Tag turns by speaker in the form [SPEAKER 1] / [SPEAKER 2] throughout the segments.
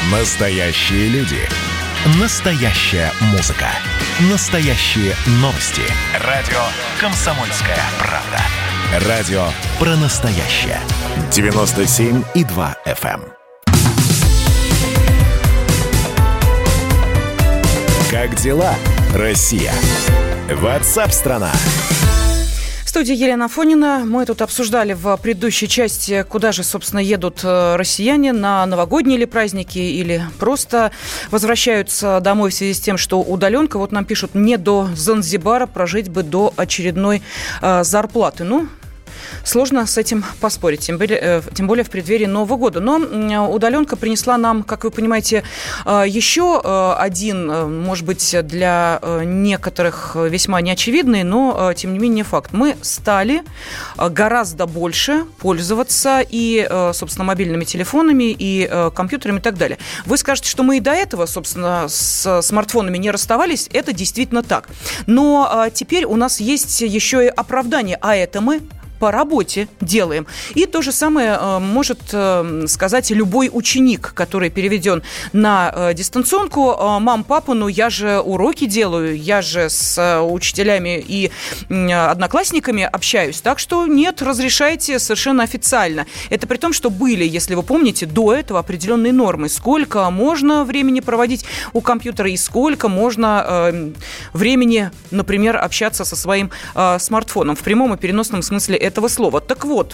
[SPEAKER 1] Настоящие люди. Настоящая музыка. Настоящие новости. Радио «Комсомольская правда». Радио про настоящее. 97,2 FM. Как дела, Россия? Ватсап-страна!
[SPEAKER 2] В студии Елена Афонина. Мы тут обсуждали в предыдущей части, куда же, собственно, едут россияне, на новогодние ли праздники или просто возвращаются домой в связи с тем, что удаленка. Вот нам пишут, не до Занзибара, прожить бы до очередной зарплаты. Ну, сложно с этим поспорить, тем более в преддверии Нового года. Но удаленка принесла нам, как вы понимаете, еще один, может быть, для некоторых весьма неочевидный, но, тем не менее, факт. Мы стали гораздо больше пользоваться и, собственно, мобильными телефонами, и компьютерами и так далее. Вы скажете, что мы и до этого, собственно, с смартфонами не расставались. Это действительно так. Но теперь у нас есть еще и оправдание, а это мы по работе делаем. И то же самое может сказать любой ученик, который переведен на дистанционку. Мам, папа, ну я же уроки делаю, я же с учителями и одноклассниками общаюсь. Так что нет, разрешайте совершенно официально. Это при том, что были, если вы помните, до этого определенные нормы. Сколько можно времени проводить у компьютера и сколько можно времени, например, общаться со своим смартфоном. В прямом и переносном смысле этого слова. Так вот,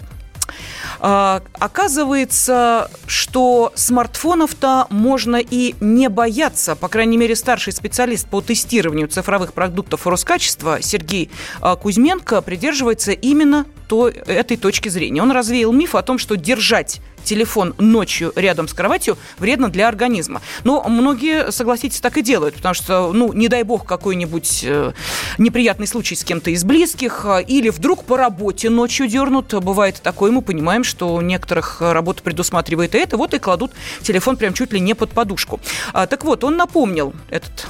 [SPEAKER 2] оказывается, что смартфонов-то можно и не бояться. По крайней мере, старший специалист по тестированию цифровых продуктов Роскачества Сергей Кузьменко придерживается именно этой точки зрения. Он развеял миф о том, что держать телефон ночью рядом с кроватью вредно для организма. Но многие, согласитесь, так и делают, потому что, не дай бог, какой-нибудь неприятный случай с кем-то из близких, или вдруг по работе ночью дернут. Бывает такое, мы понимаем, что у некоторых работа предусматривает и это, вот и кладут телефон прям чуть ли не под подушку. Так вот, он напомнил, этот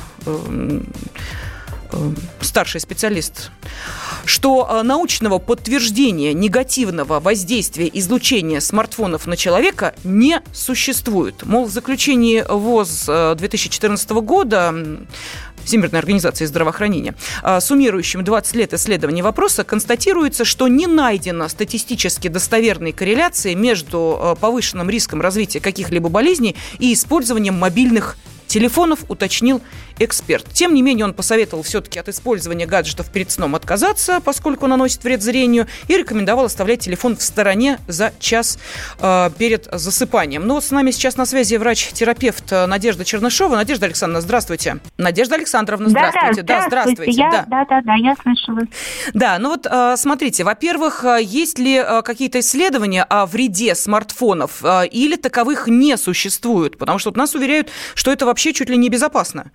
[SPEAKER 2] старший специалист, что научного подтверждения негативного воздействия излучения смартфонов на человека не существует. Мол, в заключении ВОЗ 2014 года Всемирной организации здравоохранения, суммирующим 20 лет исследования вопроса, констатируется, что не найдено статистически достоверной корреляции между повышенным риском развития каких-либо болезней и использованием мобильных телефонов, уточнил эксперт. Тем не менее, он посоветовал все-таки от использования гаджетов перед сном отказаться, поскольку наносит вред зрению, и рекомендовал оставлять телефон в стороне за час перед засыпанием. Но вот с нами сейчас на связи врач-терапевт Надежда Чернышова. Надежда Александровна, здравствуйте. Надежда Александровна, здравствуйте. Да, здравствуйте.
[SPEAKER 3] Да, я слышала.
[SPEAKER 2] Да, смотрите, во-первых, есть ли какие-то исследования о вреде смартфонов или таковых не существует? Потому что нас уверяют, что это вообще чуть ли не безопасно.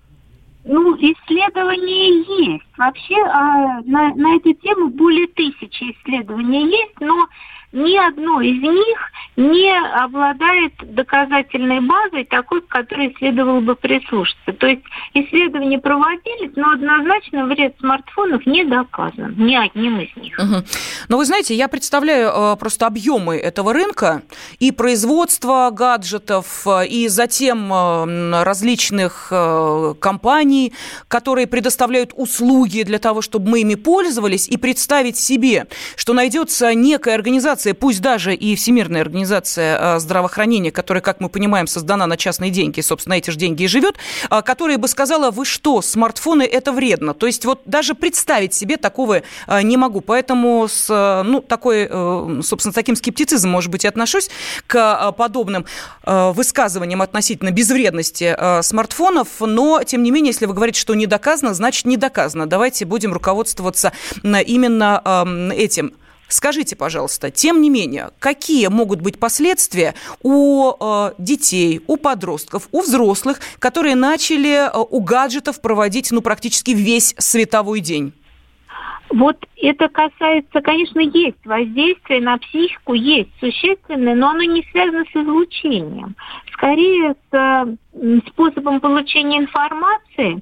[SPEAKER 3] Исследования есть. Вообще на эту тему более 1000 исследований есть, но ни одно из них не обладает доказательной базой такой, к которой следовало бы прислушаться. То есть исследования проводились, но однозначно вред смартфонов не доказан ни одним из них.
[SPEAKER 2] Угу. Но вы знаете, я представляю просто объемы этого рынка и производства гаджетов, и затем различных компаний, которые предоставляют услуги для того, чтобы мы ими пользовались, и представить себе, что найдется некая организация, пусть даже и Всемирная организация здравоохранения, которая, как мы понимаем, создана на частные деньги, собственно, эти же деньги и живет, которая бы сказала, вы что, смартфоны – это вредно. То есть вот даже представить себе такого не могу. Поэтому с таким скептицизмом, может быть, и отношусь к подобным высказываниям относительно безвредности смартфонов. Но, тем не менее, если вы говорите, что не доказано, значит, не доказано. Давайте будем руководствоваться именно этим. Скажите, пожалуйста, тем не менее, какие могут быть последствия у детей, у подростков, у взрослых, которые начали у гаджетов проводить практически весь световой день?
[SPEAKER 3] Вот это касается, конечно, есть воздействие на психику, есть существенное, но оно не связано с излучением. Скорее с способом получения информации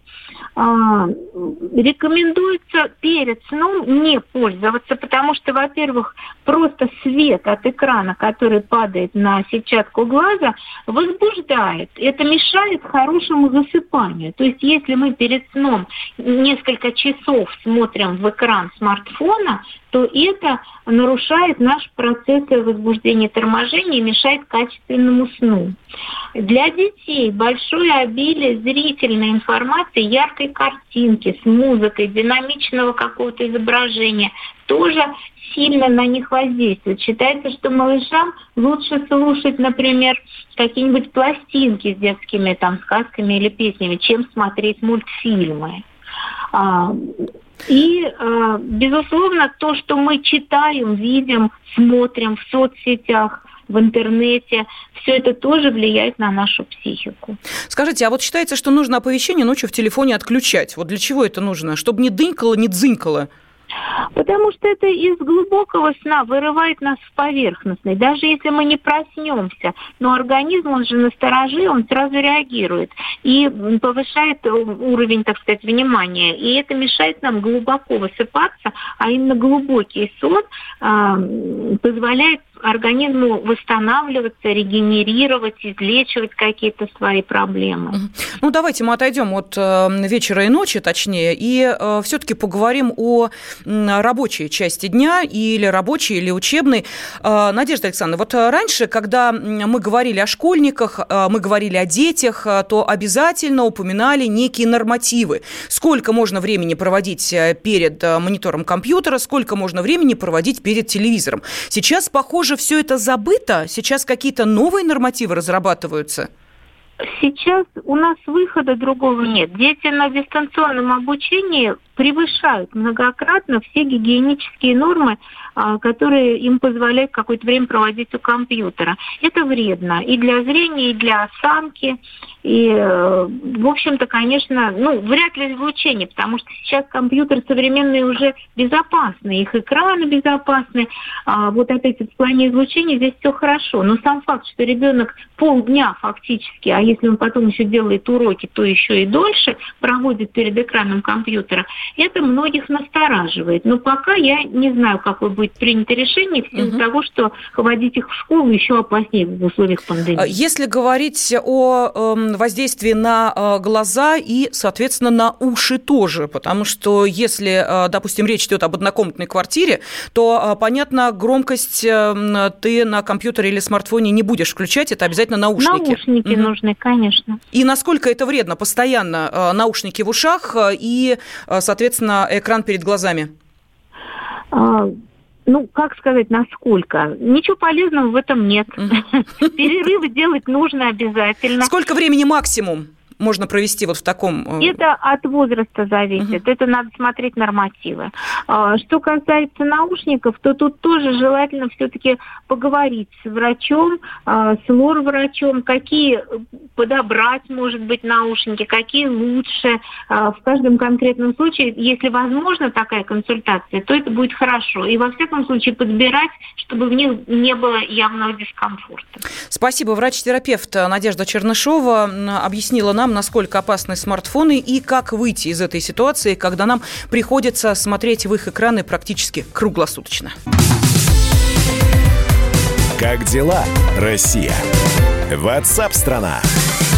[SPEAKER 3] рекомендуется перед сном не пользоваться, потому что, во-первых, просто свет от экрана, который падает на сетчатку глаза, возбуждает. Это мешает хорошему засыпанию. То есть если мы перед сном несколько часов смотрим в экран смартфона, то это нарушает наш процесс возбуждения и торможения и мешает качественному сну. Для детей большое обилие зрительной информации, яркой картинки с музыкой, динамичного какого-то изображения тоже сильно на них воздействует. Считается, что малышам лучше слушать, например, какие-нибудь пластинки с детскими сказками или песнями, чем смотреть мультфильмы. И, безусловно, то, что мы читаем, видим, смотрим в соцсетях, в интернете, все это тоже влияет на нашу психику.
[SPEAKER 2] Скажите, а вот считается, что нужно оповещение ночью в телефоне отключать. Вот для чего это нужно? Чтобы не дынькало, не дзынькало?
[SPEAKER 3] Потому что это из глубокого сна вырывает нас в поверхностный. Даже если мы не проснемся, но организм, он же настороже, он сразу реагирует и повышает уровень, так сказать, внимания. И это мешает нам глубоко высыпаться, а именно глубокий сон позволяет организму восстанавливаться, регенерировать, излечивать какие-то свои проблемы.
[SPEAKER 2] Ну, давайте мы отойдем от вечера и ночи, точнее, и все-таки поговорим о рабочей части дня, или рабочей, или учебной. Надежда Александровна, вот раньше, когда мы говорили о школьниках, мы говорили о детях, то обязательно упоминали некие нормативы. Сколько можно времени проводить перед монитором компьютера, сколько можно времени проводить перед телевизором. Сейчас, похоже, все это забыто? Сейчас какие-то новые нормативы разрабатываются?
[SPEAKER 3] Сейчас у нас выхода другого нет. Дети на дистанционном обучении превышают многократно все гигиенические нормы, которые им позволяют какое-то время проводить у компьютера. Это вредно и для зрения, и для осанки. И, в общем-то, конечно, вряд ли излучение, потому что сейчас компьютеры современные уже безопасны, их экраны безопасны. Вот опять в плане излучения здесь все хорошо. Но сам факт, что ребенок полдня фактически, а если он потом еще делает уроки, то еще и дольше проводит перед экраном компьютера, это многих настораживает. Но пока я не знаю, какое будет принято решение, в силу того, что водить их в школу еще опаснее в условиях пандемии.
[SPEAKER 2] Если говорить о воздействии на глаза и, соответственно, на уши тоже, потому что если, допустим, речь идет об однокомнатной квартире, то, понятно, громкость ты на компьютере или смартфоне не будешь включать, это обязательно наушники.
[SPEAKER 3] Наушники нужны, конечно.
[SPEAKER 2] И насколько это вредно? Постоянно наушники в ушах и, соответственно, экран перед глазами?
[SPEAKER 3] Как сказать, насколько? Ничего полезного в этом нет. Перерывы делать нужно обязательно.
[SPEAKER 2] Сколько времени максимум можно провести вот в таком...
[SPEAKER 3] Это от возраста зависит. Это надо смотреть нормативы. Что касается наушников, то тут тоже желательно все-таки поговорить с врачом, с лор-врачом, какие подобрать, может быть, наушники, какие лучше. В каждом конкретном случае, если возможна такая консультация, то это будет хорошо. И во всяком случае подбирать, чтобы в них не было явного дискомфорта.
[SPEAKER 2] Спасибо. Врач-терапевт Надежда Чернышова объяснила нам, насколько опасны смартфоны и как выйти из этой ситуации, когда нам приходится смотреть в их экраны практически круглосуточно.
[SPEAKER 1] Как дела, Россия? WhatsApp-страна.